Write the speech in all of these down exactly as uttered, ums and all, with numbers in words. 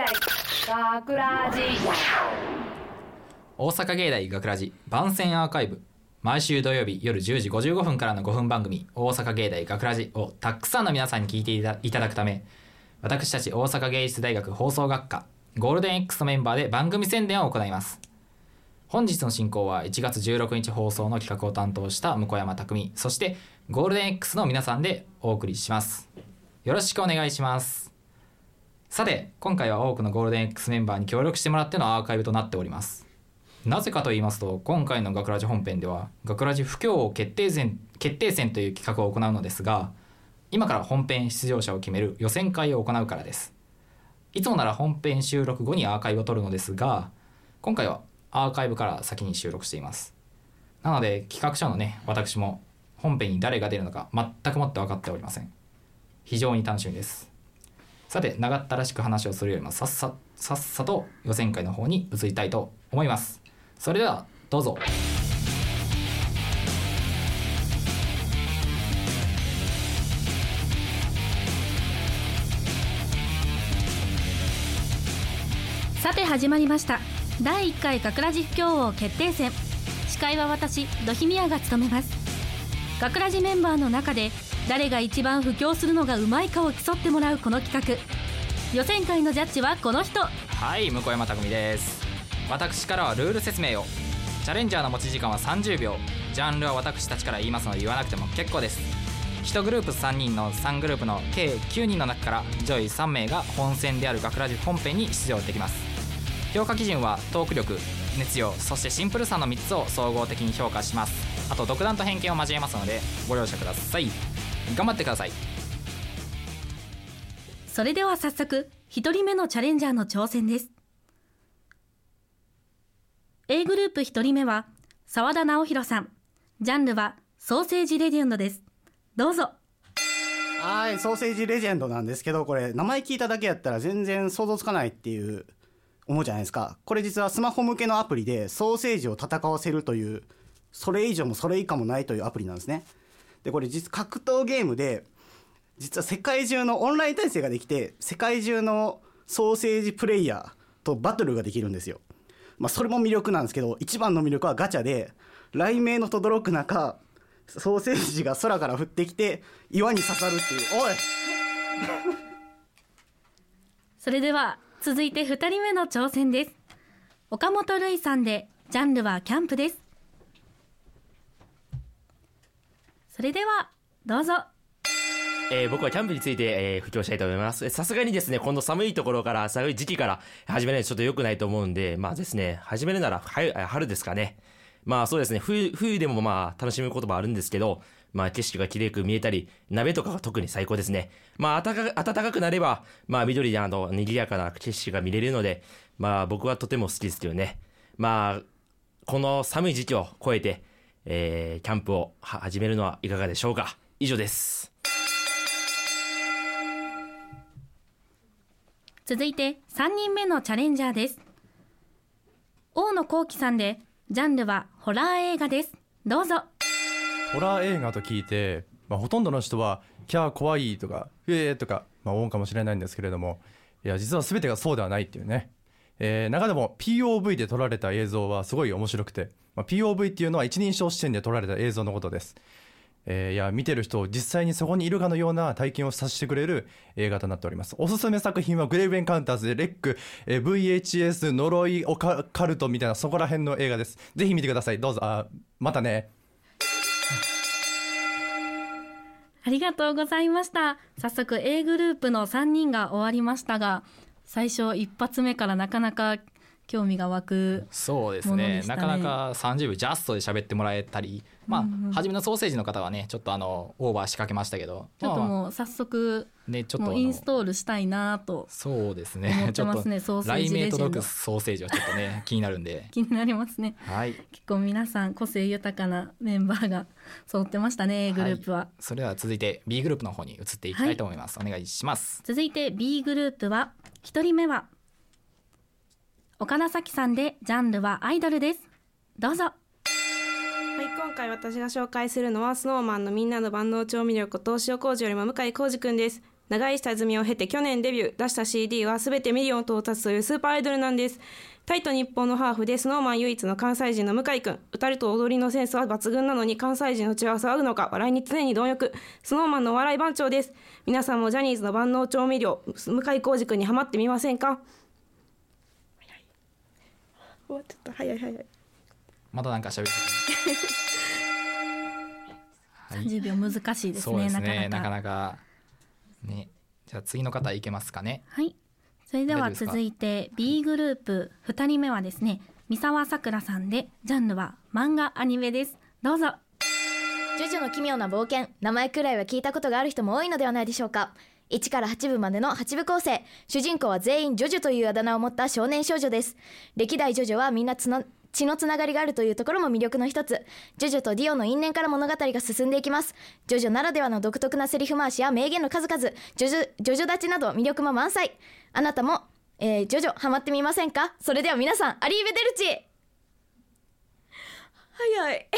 学ラジ大阪芸大学ラジ番宣アーカイブ、毎週土曜日夜じゅうじごじゅうごふんからのごふん番組大阪芸大学ラジをたくさんの皆さんに聞いていた, いただくため、私たち大阪芸術大学放送学科ゴールデン X のメンバーで番組宣伝を行います。本日の進行はいちがつじゅうろくにち放送の企画を担当した向山匠、そしてゴールデン X の皆さんでお送りします。よろしくお願いします。さて、今回は多くのゴールデン X メンバーに協力してもらってのアーカイブとなっております。なぜかと言いますと、今回の学ラジ本編では学ラジ不協和決定戦決定戦という企画を行うのですが、今から本編出場者を決める予選会を行うからです。いつもなら本編収録後にアーカイブを取るのですが、今回はアーカイブから先に収録しています。なので企画者のね、私も本編に誰が出るのか全くもって分かっておりません。非常に楽しみです。さて、長ったらしく話をするよりもさっささっさと予選会の方に移りたいと思います。それではどうぞ。 さて始まりました。だいいっかい学ラジ不協和決定戦。司会は私土肥宮が務めます。学ラジメンバーの中で誰が一番布教するのがうまいかを競ってもらうこの企画。予選会のジャッジはこの人。 はい、向山匠です。私からはルール説明を。チャレンジャーの持ち時間はさんじゅうびょう。ジャンルは私たちから言いますので言わなくても結構です。いちグループさんにんのさんグループの計きゅうにんの中から上位さんめいが本戦である学ラジ本編に出場できます。評価基準はトーク力、熱量、そしてシンプルさのみっつを総合的に評価します。あと独断と偏見を交えますのでご了承ください。頑張ってください。 それでは早速ひとりめのチャレンジャーの挑戦です。 A グループひとりめは澤田直弘さん。ジャンルはソーセージレジェンドです。どうぞ。 はい、ソーセージレジェンドなんですけど、これ名前聞いただけやったら全然想像つかないっていう思うじゃないですか。これ実はスマホ向けのアプリでソーセージを戦わせるという、それ以上もそれ以下もないというアプリなんですね。でこれ実格闘ゲームで、実は世界中のオンライン対戦ができて、世界中のソーセージプレイヤーとバトルができるんですよ。まあそれも魅力なんですけど、一番の魅力はガチャで、雷鳴の轟く中ソーセージが空から降ってきて岩に刺さるっていう。おいそれでは続いてふたりめの挑戦です。岡本瑠衣さんでジャンルはキャンプです。それではどうぞ。 えー、僕はキャンプについて、えー、布教したいと思います。さすがにですね、この寒いところから寒い時期から始めないとちょっと良くないと思うんで、まあですね、始めるなら春、春ですかね。まあそうですね、冬、冬でもまあ楽しむこともあるんですけど、まあ景色が綺麗く見えたり、鍋とかが特に最高ですね。まあ暖か、暖かくなれば、まあ緑であの、賑やかな景色が見れるので、まあ僕はとても好きですけどね。まあ、この寒い時期を超えて、えー、キャンプを始めるのはいかがでしょうか。以上です。 続いてさんにんめのチャレンジャーです。大野幸喜さんでジャンルはホラー映画です。どうぞ。 ホラー映画と聞いて、まあ、ほとんどの人はキャー怖いとかうえーとか、まあ、思うかもしれないんですけれども、いや実は全てがそうではないっていうね、えー、中でも ピーオーブイ で撮られた映像はすごい面白くて、まあ、ピーオーブイ っていうのは一人称視点で撮られた映像のことです。えー、いや見てる人を実際にそこにいるかのような体験をさせてくれる映画となっております。おすすめ作品はグレイブエンカウンターズでレック、えー、ブイエイチエス 呪いオカルトみたいなそこら辺の映画です。ぜひ見てください。どうぞ。あまたね。 ありがとうございました。早速 A グループのさんにんが終わりましたが、最初一発目からなかなか興味が湧くものでしたね。 そうですね、なかなかさんじゅうびょうジャストで喋ってもらえたり、まあ、うんうん、初めのソーセージの方はねちょっとあのオーバー仕掛けましたけど、 ちょっともう早速、 ね、ちょっともうインストールしたいなと。 そうですね、 ちょっと雷鳴届くソーセージはちょっとね気になるんで気になりますね、 はい、 結構皆さん個性豊かなメンバーが揃ってましたね A グループは、はい、 それでは続いて B グループの方に移っていきたいと思います、はい、お願いします。 続いて B グループはひとりめは岡田咲さんでジャンルはアイドルです。どうぞ。 はい、今回私が紹介するのは スノーマン のみんなの万能調味料こと塩麹よりも向井康二くんです。 長い下積みを経て去年デビュー、出した シーディー は全てミリオン到達というスーパーアイドルなんです。タイと日本のハーフでスノーマン唯一の関西人の向井くん。歌と踊りのセンスは抜群なのに関西人の血は騒ぐのか、笑いに常に貪欲。スノーマンの笑い番長です。皆さんもジャニーズの万能調味料向井康二くんにハマってみませんか？終わっちゃった。早い早い。 またなんか喋ってさんじゅうびょう難しいですね。 そうですね、 なかなかなかなかね。じゃあ次の方いけますかね。 はい、それでは続いて B グループふたりめはですね、三沢さくらさんで、ジャンルは漫画アニメです。どうぞ。 ジョジョの奇妙な冒険、名前くらいは聞いたことがある人も多いのではないでしょうか。いちからはちぶまでのはちぶ構成、主人公は全員ジョジョというあだ名を持った少年少女です。歴代ジョジョはみんなつな血のつながりがあるというところも魅力の一つ。ジョジョとディオの因縁から物語が進んでいきます。ジョジョならではの独特なセリフ回しや名言の数々、ジョジョジョジョ立ちなど魅力も満載。あなたも、えー、ジョジョハマってみませんか？それでは皆さん、アリーベデルチ。早い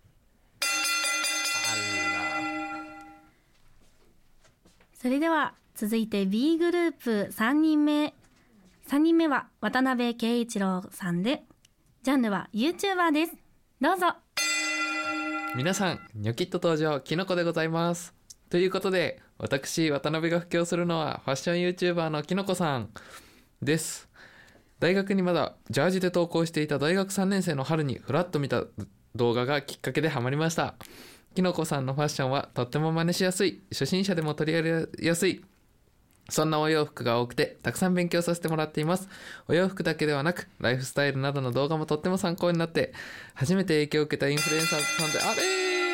それでは続いて B グループさんにんめさんにんめは渡辺圭一郎さんで、ジャンルは YouTuber です。どうぞ。 皆さん、ニョキッと登場、きのこでございます。ということで、私渡辺が布教するのはファッション YouTuber のきのこさんです。大学にまだジャージで投稿していた大学さんねん生の春にフラッと見た動画がきっかけでハマりました。きのこさんのファッションはとっても真似しやすい、初心者でも取り入れやすい、そんなお洋服が多くてたくさん勉強させてもらっています。お洋服だけではなくライフスタイルなどの動画もとっても参考になって、初めて影響を受けたインフルエンサーさんであれ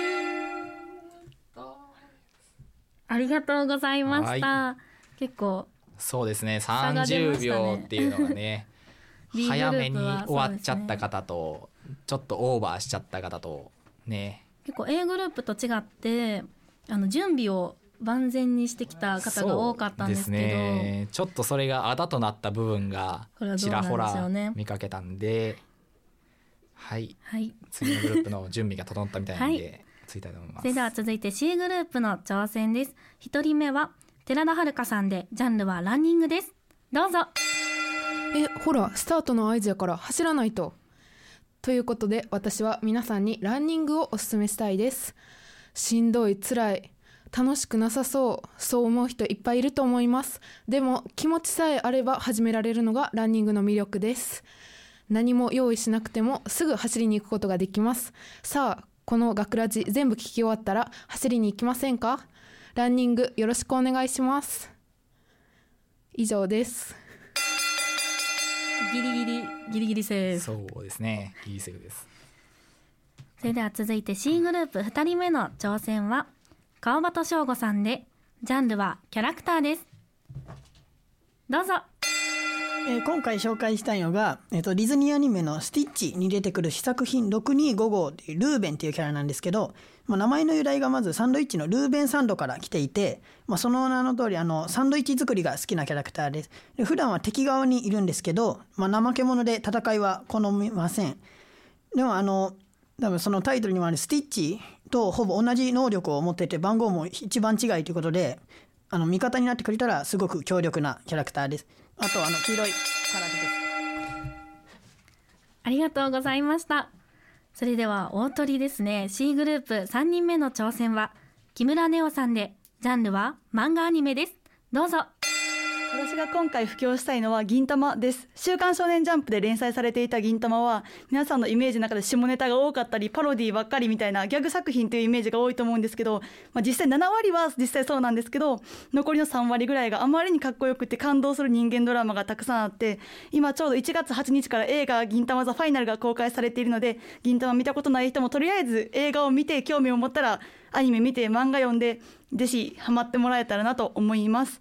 ーありがとうございました。 は結構そうですね、さんじゅうびょうっていうのがね早めに終わっちゃった方と、ちょっとオーバーしちゃった方とね。 結構 A グループと違ってあの準備を万全にしてきた方が多かったんですけど、 そうですね、ちょっとそれがあだとなった部分がちらほら見かけたんで、はい、はい、次のグループの準備が整ったみたいなので、はい、ついたいと思います。 それでは続いて C グループの挑戦です。ひとりめは寺田遥さんで、ジャンルはランニングです。どうぞ。 え、ほらスタートの合図やから走らないと。ということで私は皆さんにランニングをおすすめしたいです。しんどい、つらい、楽しくなさそう、そう思う人いっぱいいると思います。でも気持ちさえあれば始められるのがランニングの魅力です。何も用意しなくてもすぐ走りに行くことができます。さあ、この学ラジ全部聞き終わったら走りに行きませんか？ランニングよろしくお願いします。以上です。 ギリギリギリギリセーフ。 そうですね、ギリセーフです。 それでは続いて C グループふたりめの挑戦は川端翔吾さんで、ジャンルはキャラクターです。どうぞ。 えー、今回紹介したいのが、えー、とディズニーアニメのスティッチに出てくる試作品ろくにごごうっていうルーベンっていうキャラなんですけど、まあ、名前の由来がまずサンドイッチのルーベンサンドから来ていて、まあ、その名の通りあのサンドイッチ作りが好きなキャラクターです。で普段は敵側にいるんですけど、まあ、怠け者で戦いは好みません。でもあの多分そのタイトルにもあるスティッチとほぼ同じ能力を持ってて、番号も一番違いということで、あの味方になってくれたらすごく強力なキャラクターです。あとあの黄色いカラーです。 ありがとうございました。それでは大鳥ですね。 C グループさんにんめの挑戦は木村ネオさんで、ジャンルは漫画アニメです。どうぞ。 私が今回布教したいのは銀魂です。週刊少年ジャンプで連載されていた銀魂は皆さんのイメージの中で下ネタが多かったりパロディばっかりみたいなギャグ作品というイメージが多いと思うんですけど、まあ、実際ななわりは実際そうなんですけど、残りのさんわりぐらいがあまりにかっこよくて感動する人間ドラマがたくさんあって、今ちょうどいちがつはちにちから映画銀魂ザファイナルが公開されているので、銀魂見たことない人もとりあえず映画を見て興味を持ったらアニメ見て漫画読んでぜひハマってもらえたらなと思います。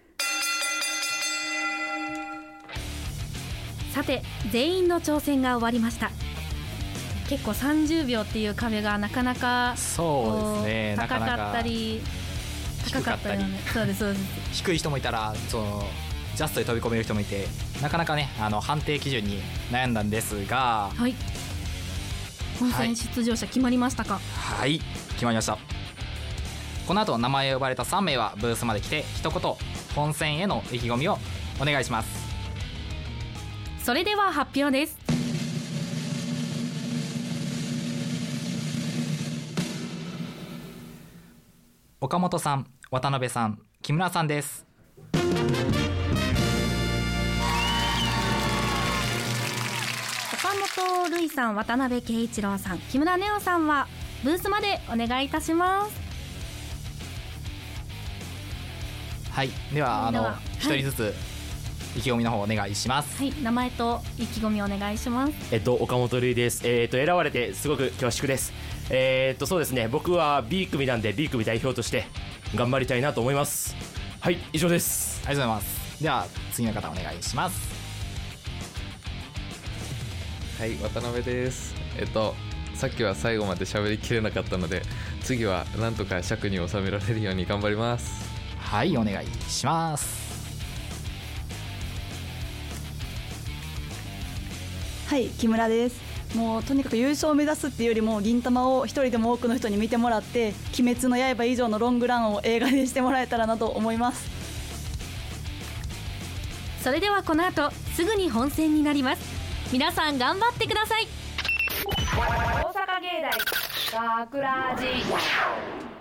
さて全員の挑戦が終わりました。結構さんじゅうびょうっていう壁がなかなかそうですね、 高かったり高かったよね。そうですそうです。 低い人もいたらそのジャストで飛び込める人もいて、なかなかねあの判定基準に悩んだんですが、 はい、本戦出場者決まりましたか？ はい、はい、決まりました。 この後名前を呼ばれたさんめいはブースまで来て一言本戦への意気込みをお願いします。 それでは発表です。 岡本さん、渡辺さん、木村さんです。 岡本瑠衣さん、渡辺圭一郎さん、木村音さんはブースまでお願いいたします。 はい、ではあのでは一人ずつ意気込みの方お願いします。 はい、名前と意気込みお願いします。 えっと岡本瑠衣です。えっと選ばれてすごく恐縮です。えっとそうですね、僕は B 組なんで B 組代表として頑張りたいなと思います。はい、以上です。 ありがとうございます。では次の方お願いします。 はい、渡辺です。えっとさっきは最後まで喋りきれなかったので、次はなんとか尺に収められるように頑張ります。 はい、お願いします。 はい、木村です。もうとにかく優勝を目指すっていうよりも銀魂を一人でも多くの人に見てもらって鬼滅の刃以上のロングランを映画でしてもらえたらなと思います。 それではこの後すぐに本戦になります。皆さん頑張ってください。 大阪芸大学ラジ